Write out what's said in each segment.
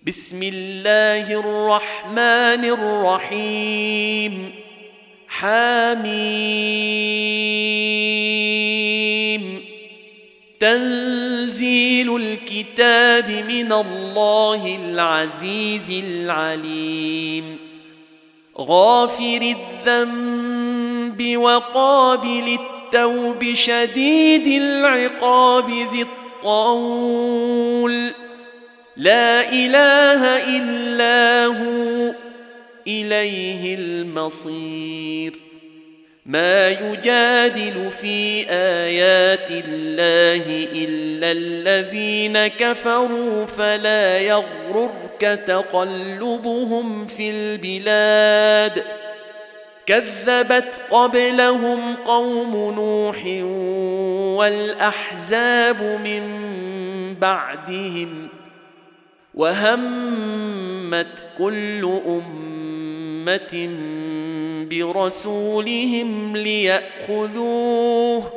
بسم الله الرحمن الرحيم حميم تنزيل الكتاب من الله العزيز العليم غافر الذنب وقابل التوب شديد العقاب ذي الطول لا إله إلا هو إليه المصير ما يجادل في آيات الله إلا الذين كفروا فلا يغررك تقلبهم في البلاد كذبت قبلهم قوم نوح والأحزاب من بعدهم وهمت كل أمة برسولهم ليأخذوه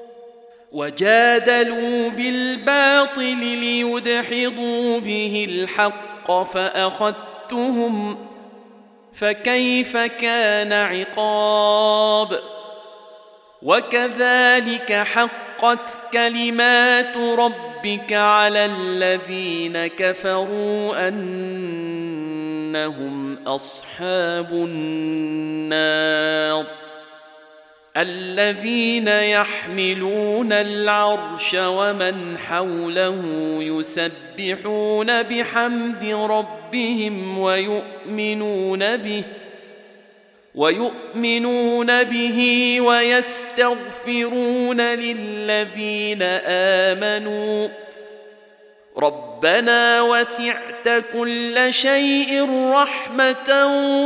وجادلوا بالباطل ليدحضوا به الحق فأخذتهم فكيف كان عقاب وكذلك حقت كلمات ربك على الذين كفروا أنهم أصحاب النار الذين يحملون العرش ومن حوله يسبحون بحمد ربهم ويؤمنون به ويستغفرون للذين آمنوا ربنا وسعت كل شيء رحمة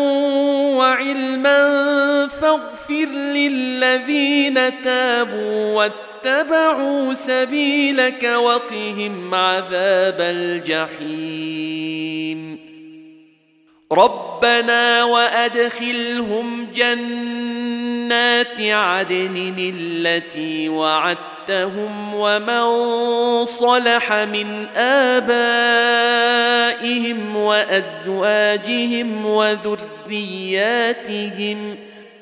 وعلما فاغفر للذين تابوا واتبعوا سبيلك وقهم عذاب الجحيم ربنا وأدخلهم جنات عدن التي وعدتهم ومن صلح من آبائهم وأزواجهم وذرياتهم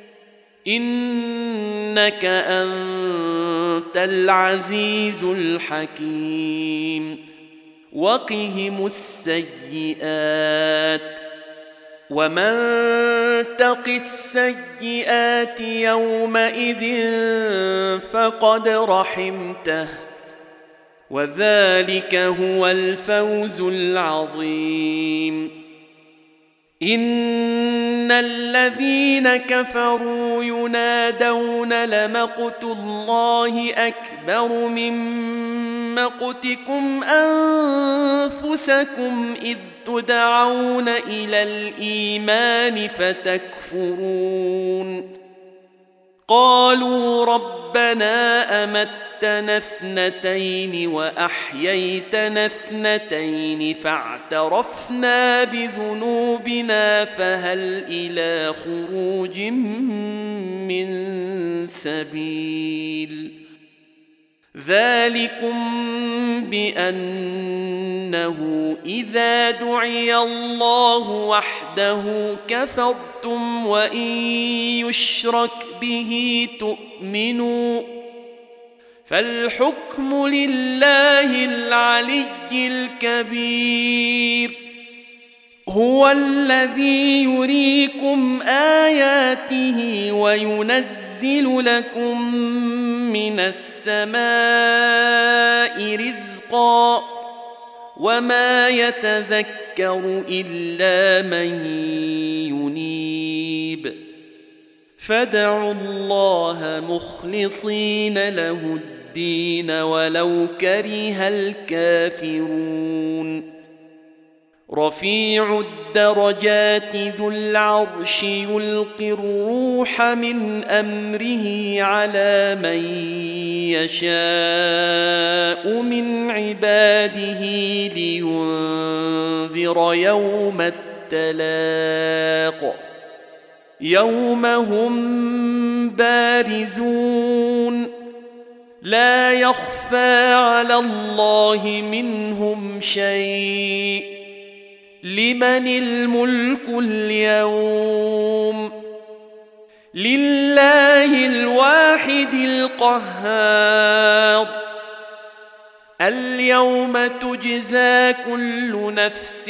إنك أنت العزيز الحكيم وقهم السيئات ومن تق السيئات يومئذ فقد رحمته وذلك هو الفوز العظيم إن الذين كفروا ينادون لمقت الله أكبر من مقتكم أنفسكم إذ تدعون إلى الإيمان فتكفرون قالوا ربنا أمتنا اثنتين وأحييتنا اثنتين فاعترفنا بذنوبنا فهل إلى خروج من سبيل ذلكم بأنه إذا دعي الله وحده كفرتم وإن يشرك به تؤمنوا فالحكم لله العلي الكبير هو الذي يريكم آياته وينزل لكم من السماء رزقا وما يتذكر إلا من ينيب فادعوا الله مخلصين له الدين ولو كره الكافرون رفيع الدرجات ذو العرش يلقي الروح من أمره على من يشاء من عباده لينذر يوم التلاق يوم هم بارزون لا يخفى على الله منهم شيء لمن الملك اليوم لله الواحد القهار اليوم تجزى كل نفس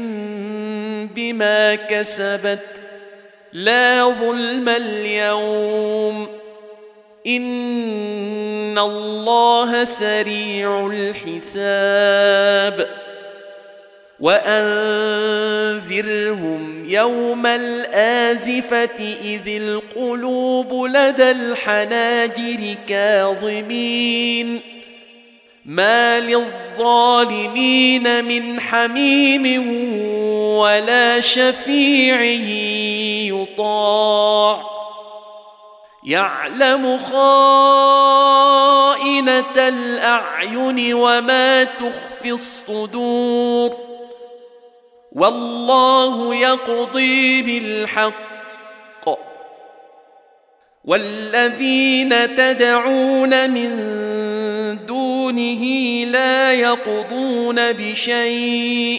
بما كسبت لا ظلم اليوم إن الله سريع الحساب وأنذرهم يوم الآزفة إذ القلوب لدى الحناجر كاظمين ما للظالمين من حميم ولا شفيع يطاع يعلم خائنة الأعين وما تخفي الصدور والله يقضي بالحق والذين تدعون من دونه لا يقضون بشيء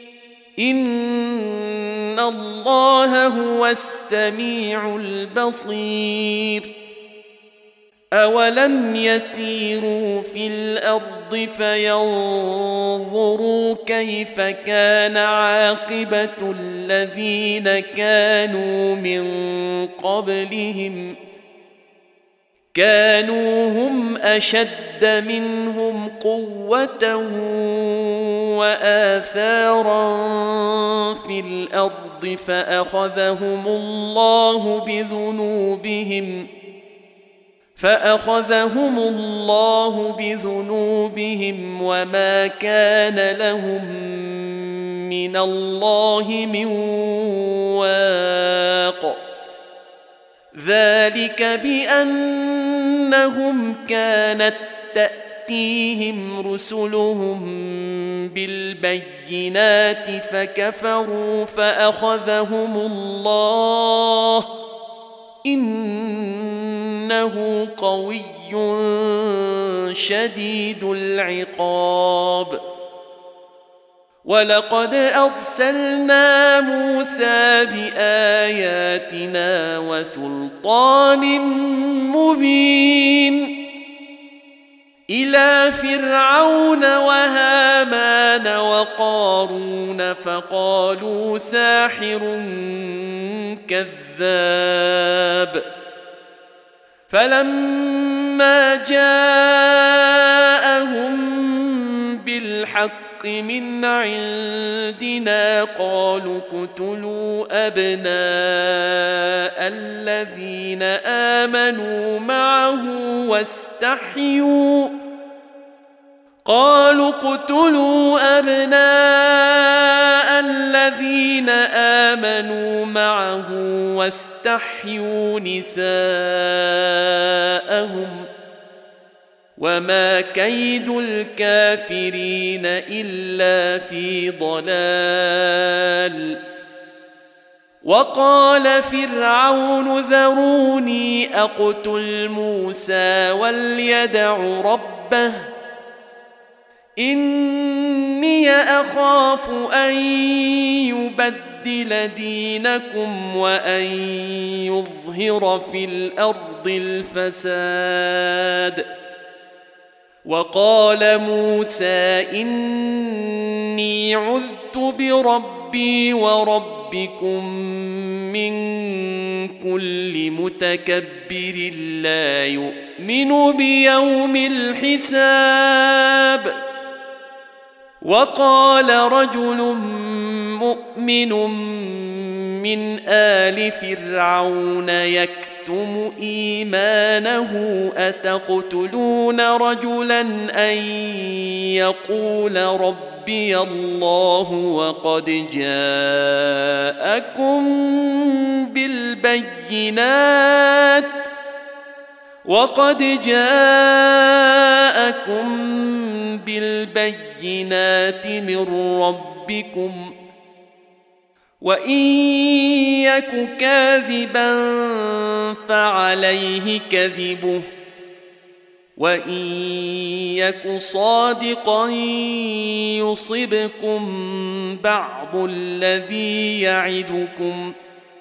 إن الله هو السميع البصير أولم يسيروا في الأرض فينظروا كيف كان عاقبة الذين كانوا من قبلهم كانوا هم أشد منهم قوة وآثارا في الأرض فأخذهم الله بذنوبهم وما كان لهم من الله من واق ذلك بأنهم كانت تأتيهم رسلهم بالبينات فكفروا فأخذهم الله إنه قوي شديد العقاب ولقد أرسلنا موسى بآياتنا وسلطان مبين إلى فرعون وهامان وقارون فقالوا ساحر كذاب فلما جاءهم بالحق من عندنا قالوا اقتلوا أبناء الذين آمنوا معه واستحيوا نساءهم وما كيد الكافرين إلا في ضلال وقال فرعون ذروني أقتل موسى وليدع ربه إني أخاف أن يبدل دينكم وأن يظهر في الأرض الفساد وقال موسى إني عذت بربي وربكم من كل متكبر لا يؤمن بيوم الحساب وقال رجل مؤمن من آل فرعون يكتم إيمانه أتقتلون رجلا أن يقول ربي الله وقد جاءكم بالبينات من ربكم وإن يك كاذبا فعليه كذبه وإن يك صادقا يصبكم بعض الذي يعدكم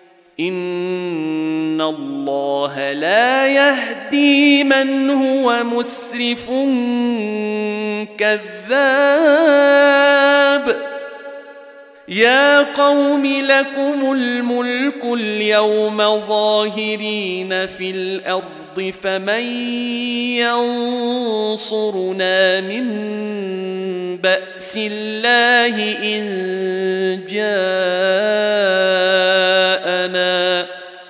إن الله لا يهدي من هو مسرف كذاب يا قوم لكم الملك اليوم ظاهرين في الأرض فمن ينصرنا من بأس الله إن جاءنا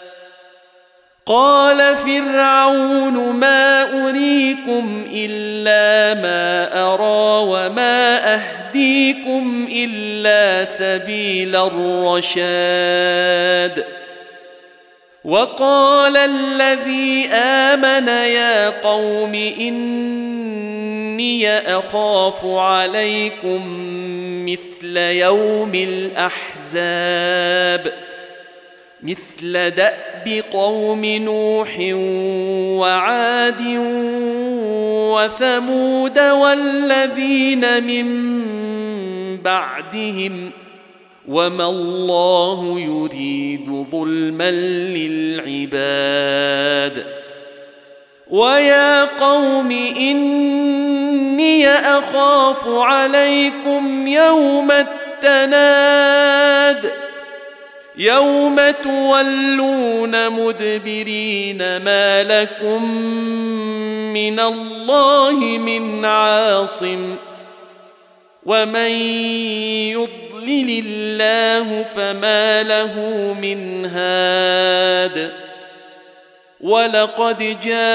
قال فرعون ما أريكم إلا ما أرى وما أهديكم إلا سبيل الرشاد وقال الذي آمن يا قوم إني أخاف عليكم مثل يوم الأحزاب مثل دأب قوم نوح وعاد وثمود والذين من بعدهم وما الله يريد ظلما للعباد ويا قوم إني أخاف عليكم يوم التناد يوم تولون مدبرين ما لكم من الله من عاصم ومن يضلل الله فما له من هاد ولقد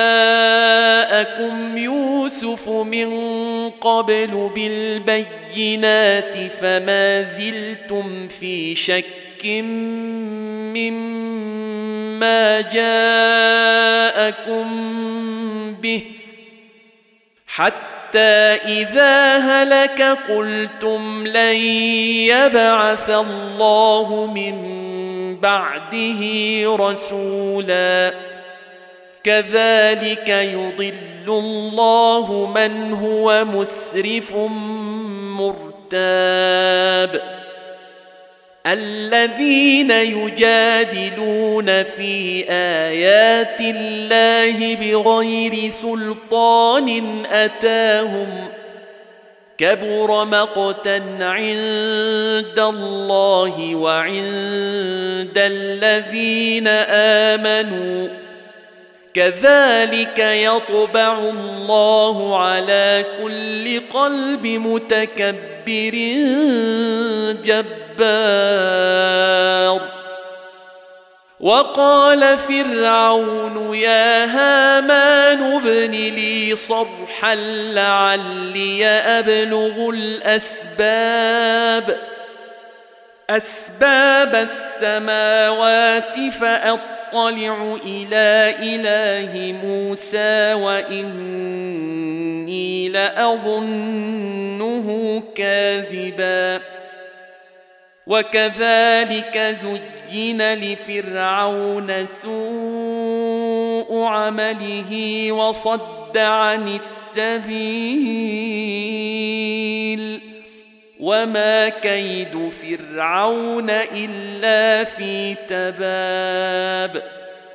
جاءكم يوسف من قبل بالبينات فما زلتم في شك مما جاءكم به حتى إذا هلك قلتم لن يبعث الله من بعده رسولا كذلك يضل الله من هو مسرف مرتاب الذين يجادلون في آيات الله بغير سلطان أتاهم كبر مقتا عند الله وعند الذين آمنوا كذلك يطبع الله على كل قلب متكبر جبار وقال فرعون يا هامان ابن لي صرحا لعلي أبلغ أسباب السماوات فأطلع إلى إله موسى وإني لأظنه كاذبا وكذلك زين لفرعون سوء عمله وصد عن السبيل وما كيد فرعون إلا في تباب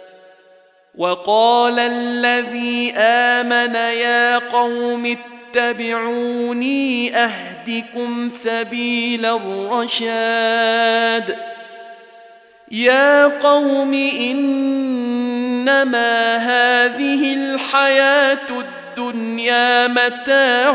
وقال الذي آمن يا قوم اتبعوني أهدكم سبيل الرشاد يا قوم إنما هذه الحياة الدنيا متاع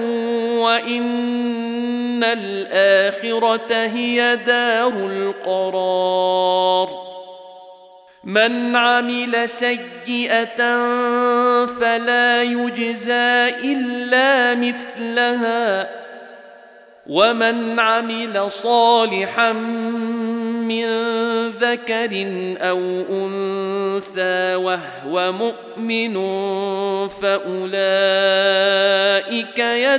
وإن الآخرة هي دار القرار من عمل سيئة فلا يجزى إلا مثلها ومن عمل صالحا من ذكر أو أنثى وهو مؤمن فأولئك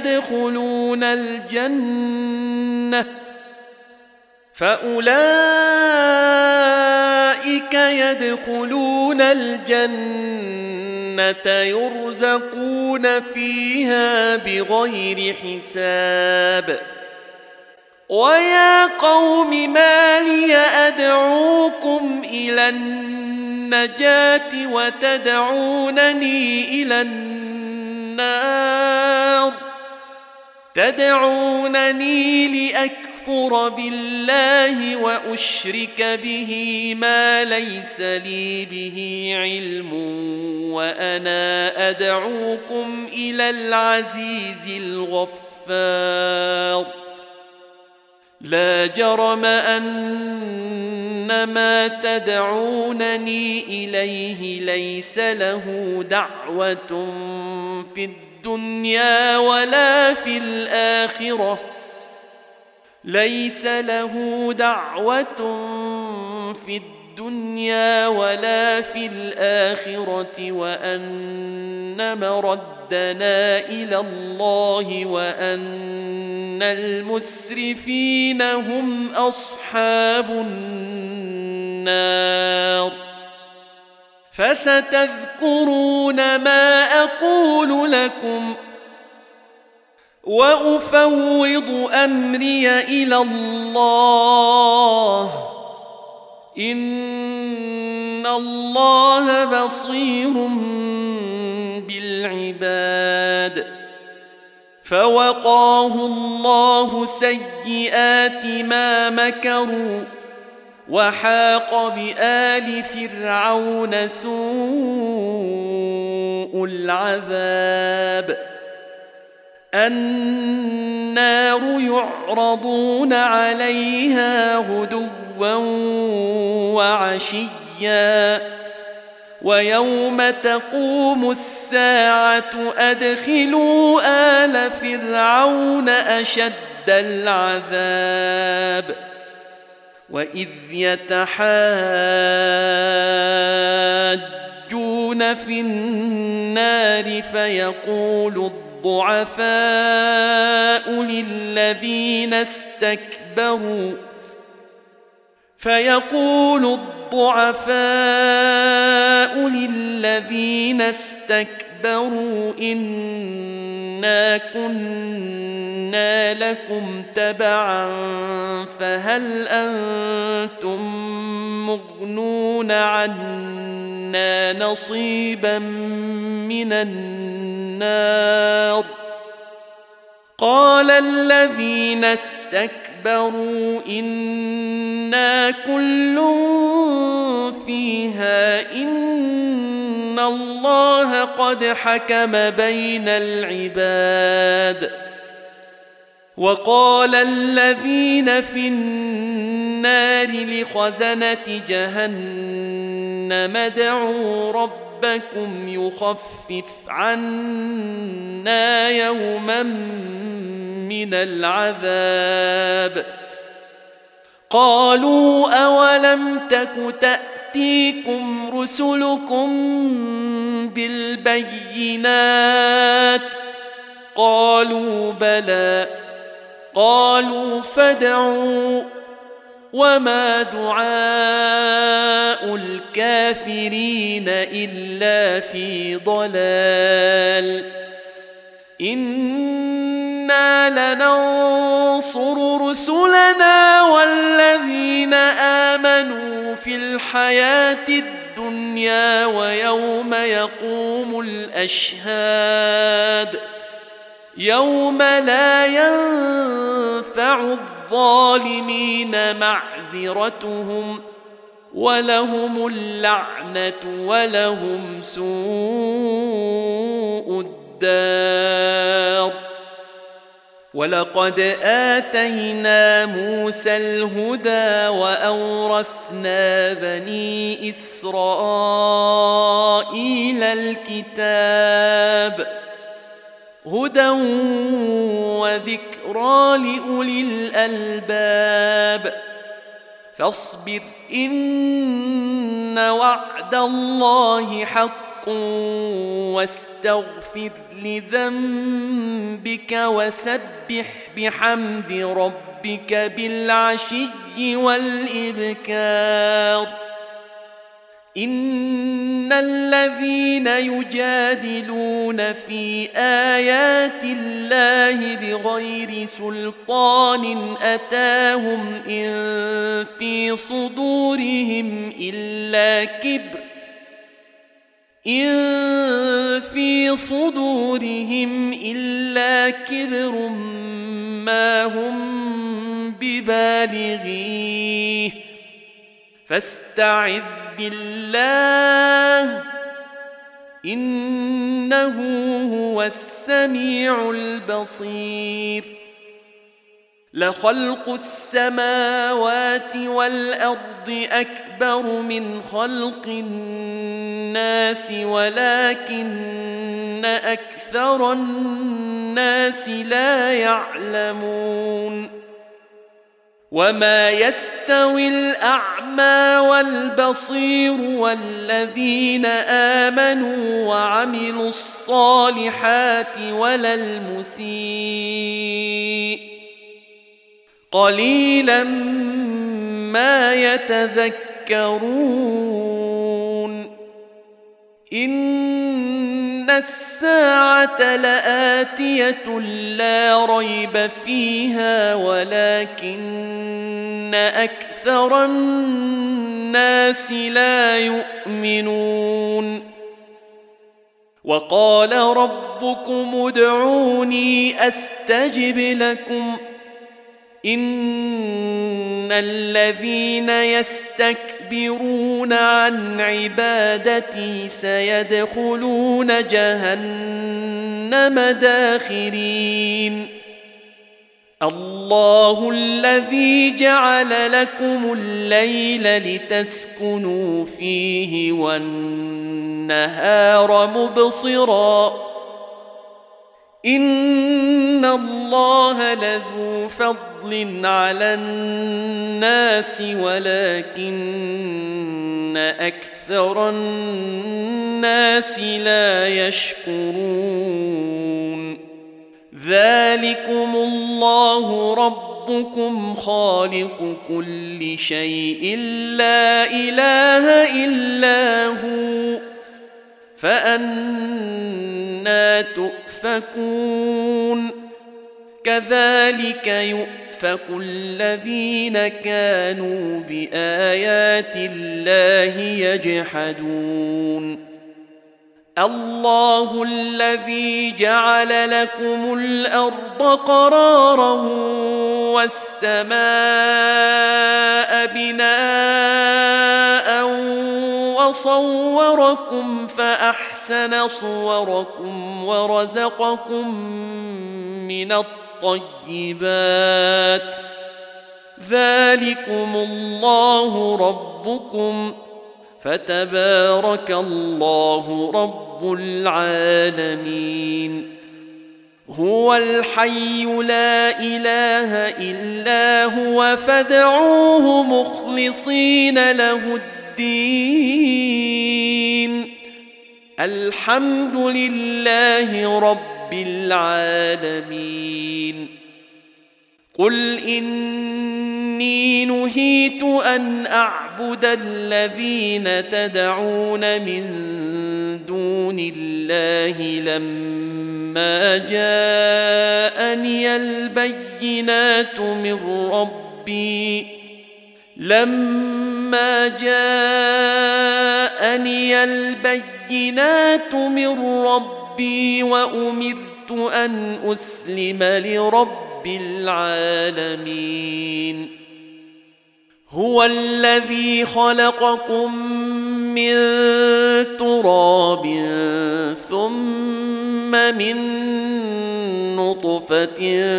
يدخلون الجنة يرزقون فيها بغير حساب ويا قوم ما لي أدعوكم إلى النجاة وتدعونني إلى النار تدعونني لأكفر بالله وأشرك به ما ليس لي به علم وأنا أدعوكم إلى العزيز الغفار لا جرم أن ما تدعونني إليه ليس له دعوة في الدنيا ولا في الآخرة ليس له دعوة في الدنيا ولا في الآخرة وأن مردنا إلى الله وأن المسرفين هم أصحاب النار فستذكرون ما أقول لكم وأفوض أمري إلى الله إن الله بصير بالعباد فوقاه الله سيئات ما مكروا وحاق بآل فرعون سوء العذاب النار يعرضون عليها غدوا وعشيا ويوم تقوم الساعة أدخلوا آل فرعون أشد العذاب وإذ يتحاجون في النار فيقول الضعفاء للذين استكبروا إنا كنا لكم تبعا فهل أنتم مغنون عنا نصيبا من النار قال الذين استكبروا إنا كل فيها إن الله قد حكم بين العباد وقال الذين في النار لخزنة جهنم ادعوا ربكم يخفف عنا يوما من العذاب قالوا أولم تك تأتيكم رسلكم بالبينات قالوا بلى قالوا فادعوا وما دعاء الكافرين إلا في ضلال إنا لننصر رسلنا والذين آمنوا في الحياة الدنيا ويوم يقوم الأشهاد يوم لا ينفع الظالمين معذرتهم ولهم اللعنة ولهم سوء الدار ولقد آتينا موسى الهدى وأورثنا بني إسرائيل الكتاب هدى وذكرى لأولي الألباب فاصبر إن وعد الله حق واستغفر لذنبك وسبح بحمد ربك بالعشي والإبكار إن الذين يجادلون في آيات الله بغير سلطان أتاهم إن في صدورهم إلا كبر ما هم ببالغيه فاستعذ بالله إنه هو السميع البصير. لخلق السماوات والأرض أكبر من خلق الناس ولكن أكثر الناس لا يعلمون. وما يستوي الأعمى والبصير والذين آمنوا وعملوا الصالحات ولا المسيء قليلا ما يتذكرون. إن الساعة لآتية لا ريب فيها ولكن أكثر الناس لا يؤمنون. وقال ربكم ادعوني أستجب لكم إن الذين يستكبرون عن عبادتي سيدخلون جهنم داخرين. الله الذي جعل لكم الليل لتسكنوا فيه والنهار مبصرا إن الله لذو فضل على الناس ولكن أكثر الناس لا يشكرون. ذلكم الله ربكم خالق كل شيء لا إله إلا هو فأنى تؤفكون. كذلك يؤفك الذين كانوا بآيات الله يجحدون. الله الذي جعل لكم الأرض قرارا والسماء بناء وصوركم فأحسن صوركم ورزقكم من الطيبات ذلكم الله ربكم فتبارك الله رب العالمين. هو الحي لا إله إلا هو فادعوه مخلصين له الدين الحمد لله رب العالمين. قل إني نهيت أن أعبد الذين تدعون من دون الله لما جاءني البينات من ربي وأمرت أن أسلم لرب العالمين. هو الذي خلقكم من تراب ثم من نطفة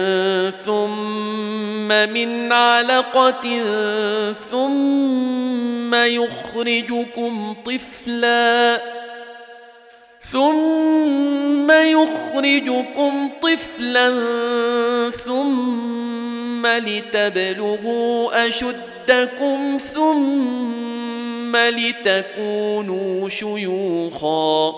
ثم من علقة ثم يخرجكم طفلا ثم لتبلغوا أشدكم ثم لتكونوا شيوخا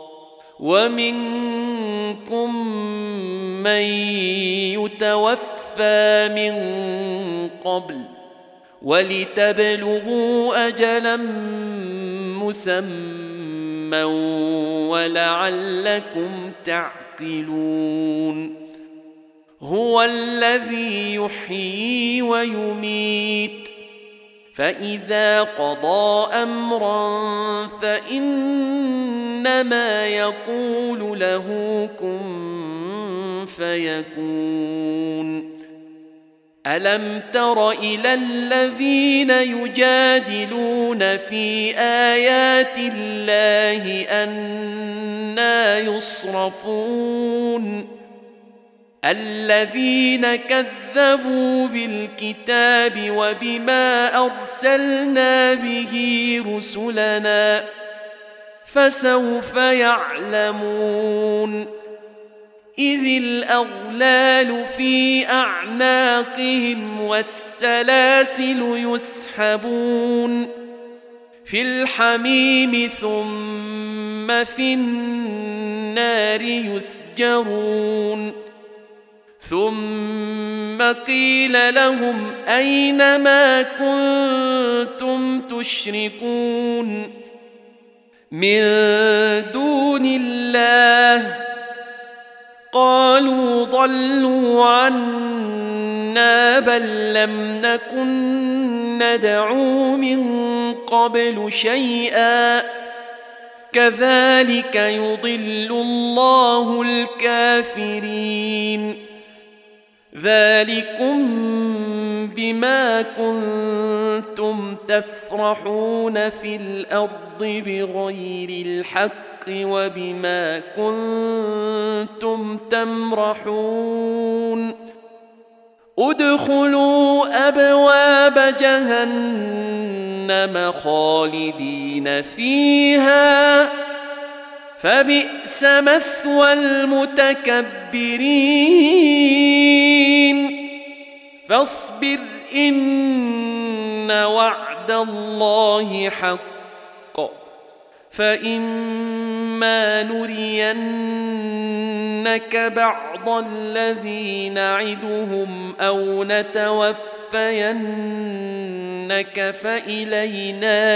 ومنكم من يتوفى من قبل ولتبلغوا أجلا مسمى ولعلكم تعقلون هو الذي يحيي ويميت فإذا قضى أمرا فإنما يقول له كن فيكون ألم تر إلى الذين يجادلون في آيات الله أنى يصرفون الذين كذبوا بالكتاب وبما أرسلنا به رسلنا فسوف يعلمون إذ الأغلال في أعناقهم والسلاسل يسحبون في الحميم ثم في النار يسجرون ثم قيل لهم أين ما كنتم تشركون من دون الله قالوا ضلوا عنا بل لم نكن ندعو من قبل شيئا كذلك يضل الله الكافرين ذلكم بما كنتم تفرحون في الأرض بغير الحق وبما كنتم تمرحون ادخلوا أبواب جهنم خالدين فيها فبئس مثوى المتكبرين فاصبر إن وعد الله حق فإما نرينك بعض الذي نعدهم أو نتوفينك فإلينا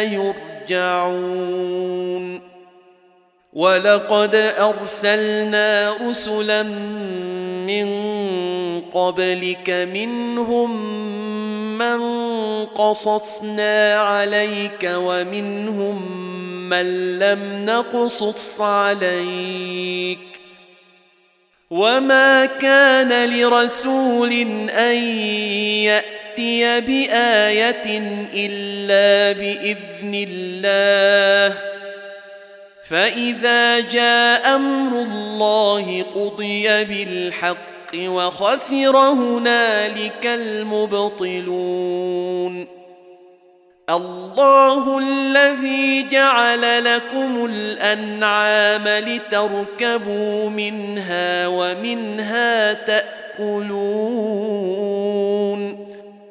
يرجعون ولقد أرسلنا رسلا من قبلك منهم من قصصنا عليك ومنهم من لم نقصص عليك وما كان لرسول أن يأتي بآية إلا بإذن الله فإذا جاء أمر الله قضي بالحق وخسر هنالك المبطلون الله الذي جعل لكم الأنعام لتركبوا منها ومنها تأكلون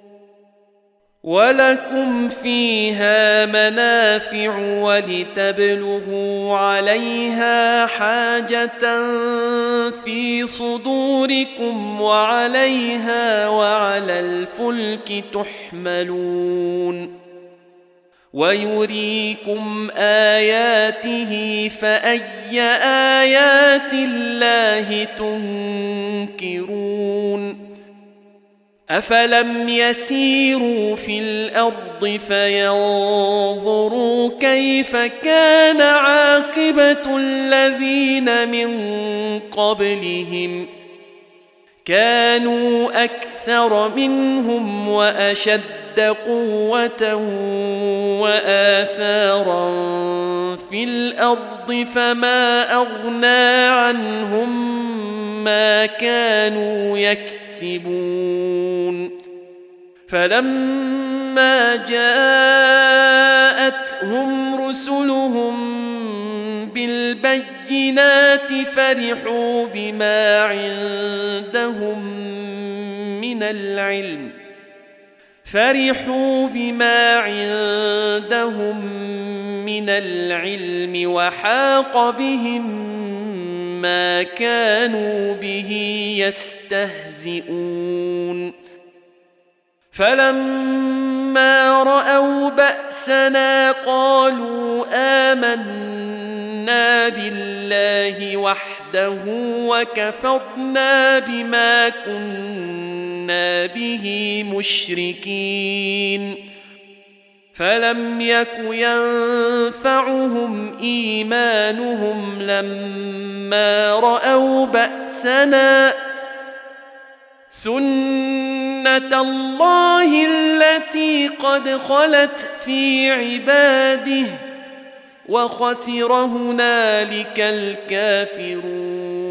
ولكم فيها منافع ولتبلغوا عليها حاجة في صدوركم وعليها وعلى الفلك تحملون ويريكم آياته فأي آيات الله تنكرون أفلم يسيروا في الأرض فينظروا كيف كان عاقبة الذين من قبلهم كانوا أكثر منهم وأشد قوة وآثارا في الأرض فما أغنى عنهم ما كانوا يكسبون فلما جاءتهم رسلهم بالبينات فرحوا بما عندهم من العلم وحاق بهم ما كانوا به يستهزئون فلما رأوا بأسنا قالوا آمنا بالله وحده وكفرنا بما كنا به مشركين فلم يك ينفعهم إيمانهم لما رأوا بأسنا سنة الله التي قد خلت في عباده وخسر هنالك الكافرون